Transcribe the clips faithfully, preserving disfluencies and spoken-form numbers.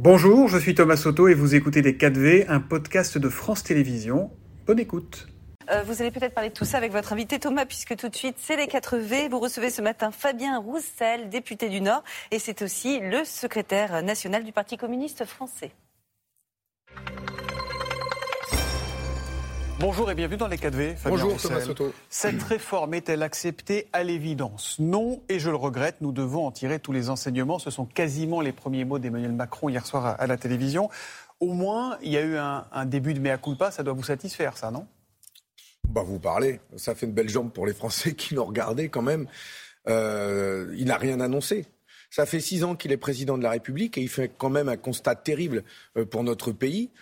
Bonjour, je suis Thomas Soto et vous écoutez Les quatre V, un podcast de France Télévisions. Bonne écoute. Euh, vous allez peut-être parler de tout ça avec votre invité Thomas, puisque tout de suite, c'est Les quatre V. Vous recevez ce matin Fabien Roussel, député du Nord, et c'est aussi le secrétaire national du Parti communiste français. Bonjour et bienvenue dans Les quatre V. Fabien Bonjour Roussel. Thomas Soto. Cette réforme est-elle acceptée à l'évidence ? Non, et je le regrette, nous devons en tirer tous les enseignements. Ce sont quasiment les premiers mots d'Emmanuel Macron hier soir à, à la télévision. Au moins, il y a eu un, un début de mea culpa, ça doit vous satisfaire, ça, non ? Bah vous parlez, ça fait une belle jambe pour les Français qui l'ont regardé quand même. Euh, il n'a rien annoncé. Ça fait six ans qu'il est président de la République et il fait quand même un constat terrible pour notre pays.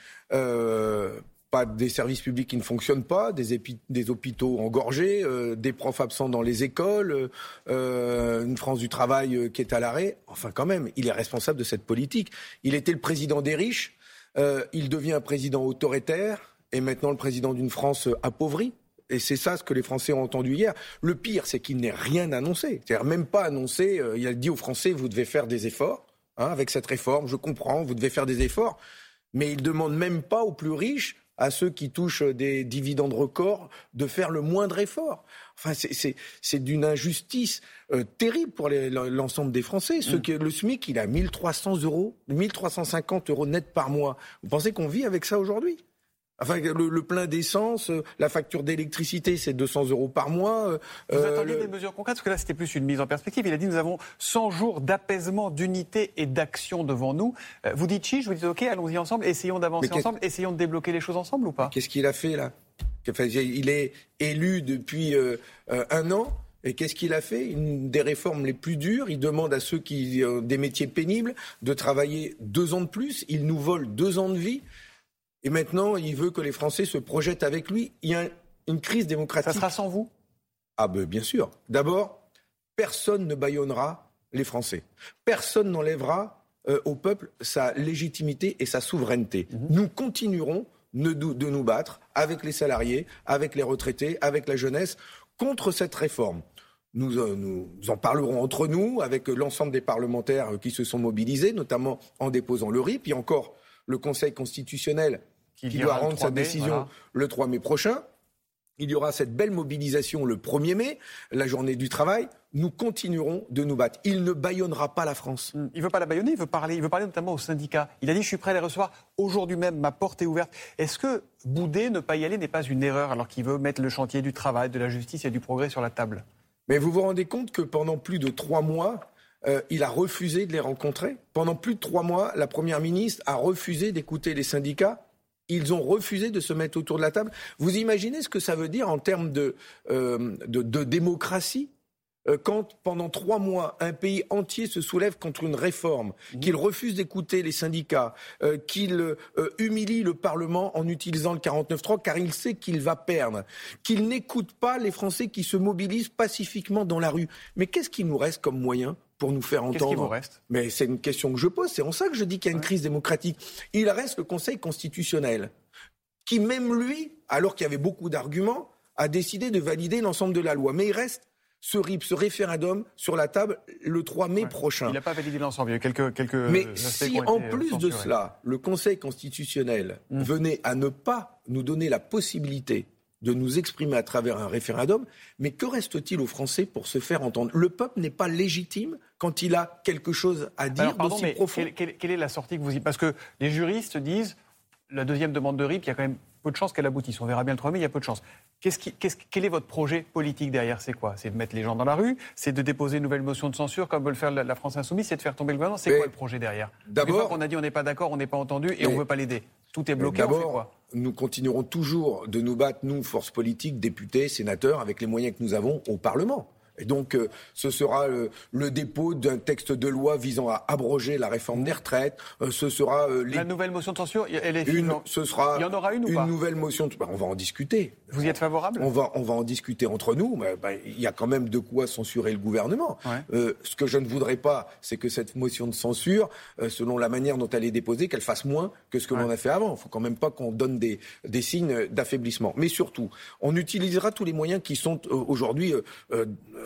Euh, Pas des services publics qui ne fonctionnent pas, des, épi- des hôpitaux engorgés, euh, des profs absents dans les écoles, euh, une France du travail euh, qui est à l'arrêt. Enfin, quand même, il est responsable de cette politique. Il était le président des riches, euh, il devient un président autoritaire et maintenant le président d'une France euh, appauvrie. Et c'est ça ce que les Français ont entendu hier. Le pire, c'est qu'il n'ait rien annoncé. C'est-à-dire même pas annoncé. Euh, il a dit aux Français, vous devez faire des efforts hein, avec cette réforme. Je comprends, vous devez faire des efforts. Mais il demande même pas aux plus riches, à ceux qui touchent des dividendes records, de faire le moindre effort. Enfin, c'est, c'est, c'est d'une injustice euh, terrible pour les, l'ensemble des Français. Ceux qui, le SMIC, il a mille trois cents euros, mille trois cent cinquante euros net par mois. Vous pensez qu'on vit avec ça aujourd'hui ? Enfin, le, le plein d'essence, euh, la facture d'électricité, c'est deux cents euros par mois. Euh, Vous attendiez le... des mesures concrètes ? Parce que là, c'était plus une mise en perspective. Il a dit, nous avons cent jours d'apaisement, d'unité et d'action devant nous. Euh, vous dites chiche, vous dites OK, allons-y ensemble, essayons d'avancer ensemble, essayons de débloquer les choses ensemble ou pas ? Qu'est-ce qu'il a fait, là ? Enfin, il est élu depuis euh, euh, un an. Et qu'est-ce qu'il a fait ? Une des réformes les plus dures. Il demande à ceux qui ont des métiers pénibles de travailler deux ans de plus. Il nous vole deux ans de vie. Et maintenant, il veut que les Français se projettent avec lui. Il y a une crise démocratique. Ça sera sans vous ? Ah ben bien sûr. D'abord, personne ne bâillonnera les Français. Personne n'enlèvera euh, au peuple sa légitimité et sa souveraineté. Mmh. Nous continuerons de, de nous battre avec les salariés, avec les retraités, avec la jeunesse, contre cette réforme. Nous, euh, nous en parlerons entre nous, avec l'ensemble des parlementaires qui se sont mobilisés, notamment en déposant le R I P. Puis encore, le Conseil constitutionnel qui, qui doit rendre sa décision voilà. le trois mai prochain. Il y aura cette belle mobilisation le premier mai, la journée du travail. Nous continuerons de nous battre. Il ne bâillonnera pas la France. Il ne veut pas la bâillonner, il veut parler, il veut parler notamment aux syndicats. Il a dit « je suis prêt à les recevoir aujourd'hui même, ma porte est ouverte ». Est-ce que bouder, ne pas y aller n'est pas une erreur alors qu'il veut mettre le chantier du travail, de la justice et du progrès sur la table ? Mais vous vous rendez compte que pendant plus de trois mois... Euh, il a refusé de les rencontrer. Pendant plus de trois mois, la Première ministre a refusé d'écouter les syndicats. Ils ont refusé de se mettre autour de la table. Vous imaginez ce que ça veut dire en termes de, euh, de, de démocratie ? euh, Quand, pendant trois mois, un pays entier se soulève contre une réforme, mmh. qu'il refuse d'écouter les syndicats, euh, qu'il euh, humilie le Parlement en utilisant le quarante-neuf trois, car il sait qu'il va perdre, qu'il n'écoute pas les Français qui se mobilisent pacifiquement dans la rue. Mais qu'est-ce qu'il nous reste comme moyen pour nous faire entendre? Qu'est-ce qu'il vous reste ? Mais c'est une question que je pose, c'est en ça que je dis qu'il y a une ouais. crise démocratique. Il reste le Conseil constitutionnel, qui même lui, alors qu'il y avait beaucoup d'arguments, a décidé de valider l'ensemble de la loi. Mais il reste ce R I P, ce référendum sur la table le trois mai ouais. prochain. Il n'a pas validé l'ensemble, il y a eu quelques, quelques Mais si en plus censurés. de cela, le Conseil constitutionnel mmh. venait à ne pas nous donner la possibilité de nous exprimer à travers un référendum, mais que reste-t-il aux Français pour se faire entendre ? Le peuple n'est pas légitime quand il a quelque chose à dire. Alors, pardon, d'aussi mais profond. Quelle, quelle, quelle est la sortie que vous y... Parce que les juristes disent, la deuxième demande de R I P, il y a quand même peu de chances qu'elle aboutisse. On verra bien le trois mai, il y a peu de chances. Qu'est-ce qui, qu'est-ce, quel est votre projet politique derrière ? C'est quoi ? C'est de mettre les gens dans la rue ? C'est de déposer une nouvelle motion de censure, comme veut le faire la, la France Insoumise ? C'est de faire tomber le gouvernement ? C'est mais quoi le projet derrière ? D'abord, une fois qu'on a dit on n'est pas d'accord, on n'est pas entendu et on ne veut pas l'aider. Tout est bloqué, on fait quoi ? Nous continuerons toujours de nous battre, nous, forces politiques, députés, sénateurs, avec les moyens que nous avons au Parlement. Et donc, euh, ce sera euh, le dépôt d'un texte de loi visant à abroger la réforme des retraites. Euh, ce sera euh, les... la nouvelle motion de censure. Elle est une. Ce sera. Il y en aura une ou une pas ? Une nouvelle motion. De... Ben, on va en discuter. Vous y êtes favorable ? On va, on va en discuter entre nous. Ben, ben, il y a quand même de quoi censurer le gouvernement. Ouais. Euh, ce que je ne voudrais pas, c'est que cette motion de censure, euh, selon la manière dont elle est déposée, qu'elle fasse moins que ce que ouais. l'on a fait avant. Il ne faut quand même pas qu'on donne des, des signes d'affaiblissement. Mais surtout, on utilisera tous les moyens qui sont euh, aujourd'hui euh, euh,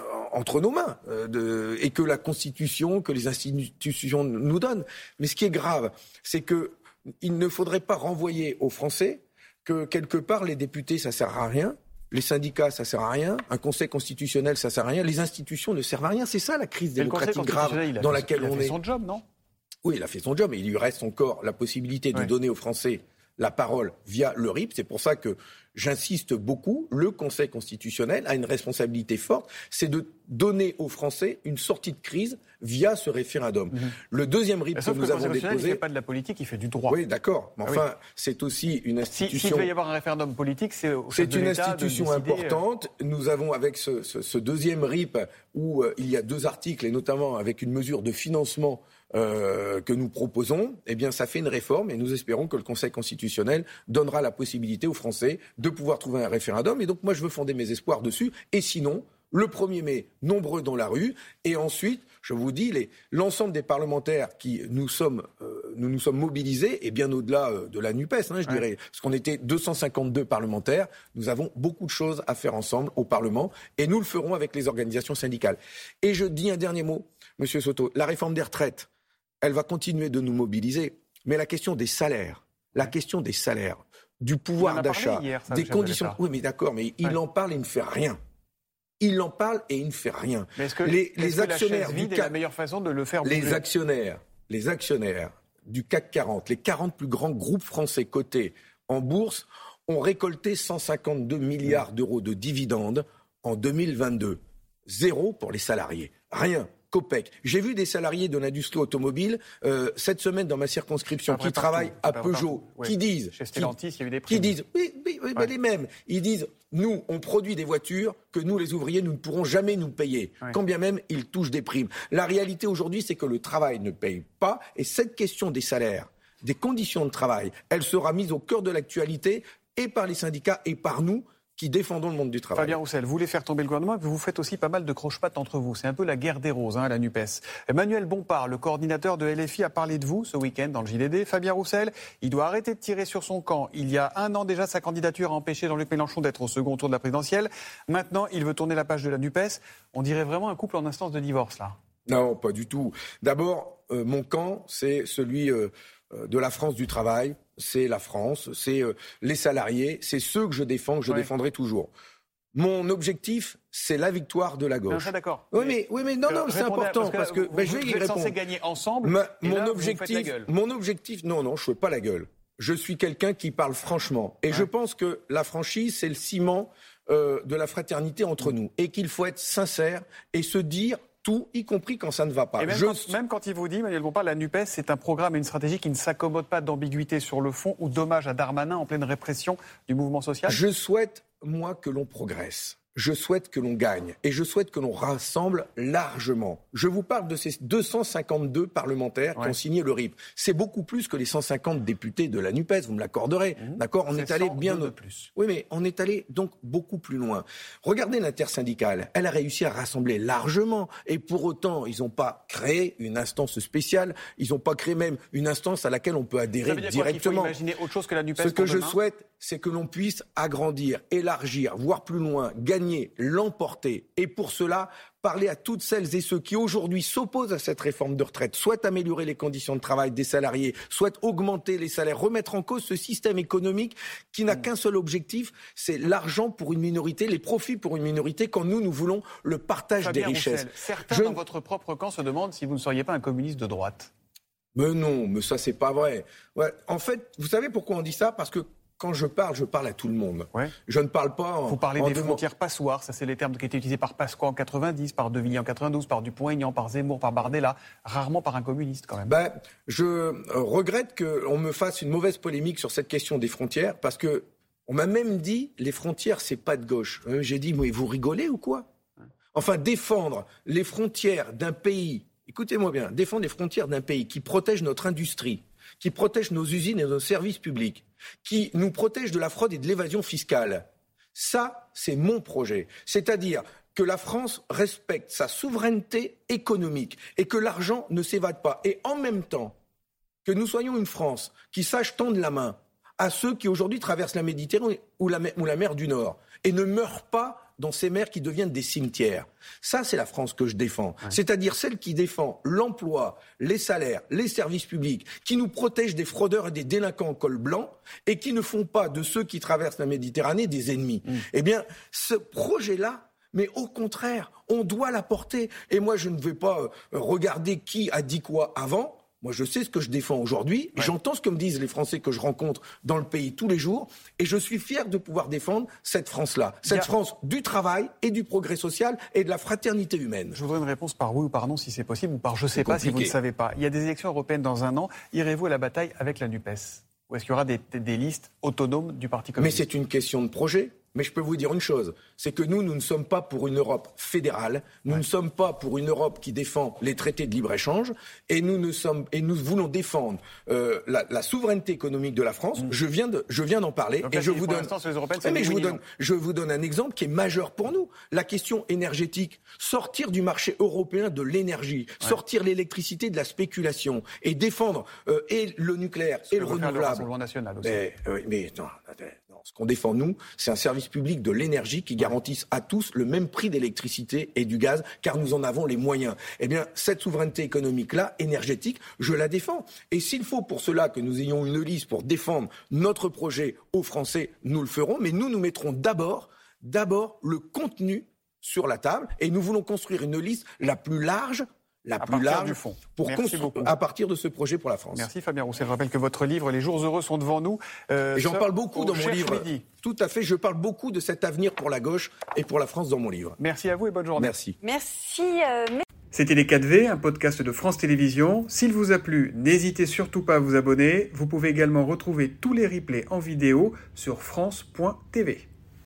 entre nos mains euh, de, et que la Constitution, que les institutions nous donnent. Mais ce qui est grave, c'est que il ne faudrait pas renvoyer aux Français que quelque part les députés ça sert à rien. Les syndicats, ça sert à rien. Un conseil constitutionnel, ça sert à rien. Les institutions ne servent à rien. C'est ça la crise démocratique grave dans laquelle on est. Il a fait son job, non ? Oui, il a fait son job, mais il lui reste encore la possibilité de ouais. donner aux Français la parole via le R I P. C'est pour ça que j'insiste beaucoup. Le Conseil constitutionnel a une responsabilité forte, c'est de donner aux Français une sortie de crise via ce référendum. Mmh. Le deuxième R I P que, que nous avons déposé... Il ne fait pas de la politique, il fait du droit. Oui, d'accord. Mais enfin, ah oui. c'est aussi une institution... S'il si, devait y avoir un référendum politique, c'est au C'est une institution de décider... importante. Nous avons, avec ce, ce, ce deuxième R I P, où euh, il y a deux articles, et notamment avec une mesure de financement euh, que nous proposons, eh bien, ça fait une réforme, et nous espérons que le Conseil constitutionnel donnera la possibilité aux Français de pouvoir trouver un référendum. Et donc, moi, je veux fonder mes espoirs dessus. Et sinon... Le premier mai, nombreux dans la rue, et ensuite, je vous dis, les, l'ensemble des parlementaires qui nous sommes, euh, nous nous sommes mobilisés, et bien au-delà euh, de la NUPES, hein, je ouais. dirais, parce qu'on était deux cent cinquante-deux parlementaires, nous avons beaucoup de choses à faire ensemble au Parlement, et nous le ferons avec les organisations syndicales. Et je dis un dernier mot, Monsieur Soto, la réforme des retraites, elle va continuer de nous mobiliser, mais la question des salaires, la ouais. question des salaires, du pouvoir d'achat, hier, ça, des conditions... Oui, mais d'accord, mais il ouais. en parle et il ne fait rien. Il en parle et il ne fait rien. Mais est-ce que, les, est-ce les que actionnaires la chaise vide du C A C, est la meilleure façon de le faire bouger ? Les actionnaires, les actionnaires du C A C quarante, les quarante plus grands groupes français cotés en bourse, ont récolté cent cinquante-deux milliards d'euros de dividendes en deux mille vingt-deux. Zéro pour les salariés. Rien. Copec. J'ai vu des salariés de l'industrie automobile euh, cette semaine dans ma circonscription qui travaillent à Peugeot, oui. qui disent, Chez Stellantis, qui, il y a eu des primes. qui disent, oui, oui, oui ouais. mais les mêmes. Ils disent, nous, on produit des voitures que nous, les ouvriers, nous ne pourrons jamais nous payer, ouais. quand bien même ils touchent des primes. La réalité aujourd'hui, c'est que le travail ne paye pas, et cette question des salaires, des conditions de travail, elle sera mise au cœur de l'actualité et par les syndicats et par nous, qui défendons le monde du travail. Fabien Roussel, vous voulez faire tomber le gouvernement, mais vous faites aussi pas mal de croche-pattes entre vous. C'est un peu la guerre des roses, hein, la NUPES. Emmanuel Bompard, le coordinateur de L F I, a parlé de vous ce week-end dans le J D D. Fabien Roussel, il doit arrêter de tirer sur son camp. Il y a un an déjà, sa candidature a empêché Jean-Luc Mélenchon d'être au second tour de la présidentielle. Maintenant, il veut tourner la page de la NUPES. On dirait vraiment un couple en instance de divorce, là. Non, pas du tout. D'abord, euh, mon camp, c'est celui euh, de la France du travail. C'est la France, c'est euh, les salariés, c'est ceux que je défends, que je ouais. défendrai toujours. Mon objectif, c'est la victoire de la gauche. Non, d'accord. Oui, mais, oui, mais non, non, c'est important parce que, parce que vous, ben, je vais vous y êtes répondre. Censé gagner ensemble. Ma, mon là, objectif, mon objectif, non, non, je fais pas la gueule. Je suis quelqu'un qui parle franchement, et ouais. je pense que la franchise, c'est le ciment euh, de la fraternité entre mmh. nous, et qu'il faut être sincère et se dire tout, y compris quand ça ne va pas. Et même, je... quand, même quand il vous dit, Emmanuel Bompard, la NUPES, c'est un programme et une stratégie qui ne s'accommode pas d'ambiguïté sur le fond ou d'hommage à Darmanin en pleine répression du mouvement social. Je souhaite, moi, que l'on progresse. Je souhaite que l'on gagne et je souhaite que l'on rassemble largement. Je vous parle de ces deux cent cinquante-deux parlementaires ouais. qui ont signé le R I P. C'est beaucoup plus que les cent cinquante députés de la NUPES, vous me l'accorderez. Mmh. D'accord ? On est, est allé bien de plus. Oui, mais on est allé donc beaucoup plus loin. Regardez l'intersyndicale. Elle a réussi à rassembler largement et pour autant, ils n'ont pas créé une instance spéciale. Ils n'ont pas créé même une instance à laquelle on peut adhérer Ça veut dire directement. Quoi, qu'il faut imaginer autre chose que la NUPES. Ce que je demain souhaite, c'est que l'on puisse agrandir, élargir, voire plus loin, gagner, l'emporter. Et pour cela, parler à toutes celles et ceux qui aujourd'hui s'opposent à cette réforme de retraite, souhaitent améliorer les conditions de travail des salariés, souhaitent augmenter les salaires, remettre en cause ce système économique qui n'a mmh. qu'un seul objectif, c'est l'argent pour une minorité, les profits pour une minorité, quand nous, nous voulons le partage Fabien des richesses. Roussel, certains je... dans votre propre camp se demandent si vous ne seriez pas un communiste de droite. Mais non, mais ça, c'est pas vrai. Ouais, en fait, vous savez pourquoi on dit ça ? Parce que quand je parle, je parle à tout le monde. Ouais. Je ne parle pas en... Vous parlez en des demande... frontières passoires, ça c'est les termes qui étaient utilisés par Pasqua en quatre-vingt-dix, par De Villiers en quatre-vingt-douze, par Dupont-Aignan, par Zemmour, par Bardella, rarement par un communiste quand même. Ben, je euh, regrette qu'on me fasse une mauvaise polémique sur cette question des frontières, parce que on m'a même dit, les frontières, c'est pas de gauche. Euh, j'ai dit, mais vous rigolez ou quoi ? Enfin, défendre les frontières d'un pays, écoutez-moi bien, défendre les frontières d'un pays qui protège notre industrie, qui protège nos usines et nos services publics, qui nous protège de la fraude et de l'évasion fiscale. Ça, c'est mon projet. C'est-à-dire que la France respecte sa souveraineté économique et que l'argent ne s'évade pas. Et en même temps, que nous soyons une France qui sache tendre la main à ceux qui aujourd'hui traversent la Méditerranée ou la, ou la mer du Nord et ne meurent pas dans ces mers qui deviennent des cimetières. Ça, c'est la France que je défends. Ouais. C'est-à-dire celle qui défend l'emploi, les salaires, les services publics, qui nous protège des fraudeurs et des délinquants en col blanc et qui ne font pas de ceux qui traversent la Méditerranée des ennemis. Mmh. Eh bien, ce projet-là, mais au contraire, on doit la porter. Et moi, je ne vais pas euh, regarder qui a dit quoi avant. Moi, je sais ce que je défends aujourd'hui. Ouais. J'entends ce que me disent les Français que je rencontre dans le pays tous les jours. Et je suis fier de pouvoir défendre cette France-là. Cette Bien. France du travail et du progrès social et de la fraternité humaine. Je voudrais une réponse par oui ou par non, si c'est possible, ou par je ne sais pas si vous ne savez pas. Il y a des élections européennes dans un an. Irez-vous à la bataille avec la NUPES ? Ou est-ce qu'il y aura des, des listes autonomes du Parti communiste ? Mais c'est une question de projet. Mais je peux vous dire une chose, c'est que nous, nous ne sommes pas pour une Europe fédérale, nous ouais. ne sommes pas pour une Europe qui défend les traités de libre-échange, et nous, ne sommes, et nous voulons défendre euh, la, la souveraineté économique de la France. Mmh. Je viens de, je viens d'en parler, donc et là, je vous donne, ouais, mais je vous donne, je vous donne un exemple qui est majeur pour nous. La question énergétique, sortir du marché européen de l'énergie, ouais. sortir l'électricité de la spéculation, et défendre euh, et le nucléaire Ce et le renouvelable. Le Rassemblement national aussi. Mais, euh, mais non, non, ce qu'on défend nous, c'est un service public de l'énergie qui garantisse à tous le même prix d'électricité et du gaz, car nous en avons les moyens. Eh bien, cette souveraineté économique-là, énergétique, je la défends. Et s'il faut pour cela que nous ayons une liste pour défendre notre projet aux Français, nous le ferons, mais nous, nous mettrons d'abord, d'abord le contenu sur la table, et nous voulons construire une liste la plus large la à plus large du fond. pour construire à partir de ce projet pour la France. Merci Fabien Roussel. Je rappelle que votre livre Les Jours heureux sont devant nous. Euh, et j'en parle beaucoup dans mon livre. Midi. Tout à fait, je parle beaucoup de cet avenir pour la gauche et pour la France dans mon livre. Merci à vous et bonne journée. Merci. Merci. Euh, mais... C'était Les quatre V, un podcast de France Télévisions. S'il vous a plu, n'hésitez surtout pas à vous abonner. Vous pouvez également retrouver tous les replays en vidéo sur France point T V.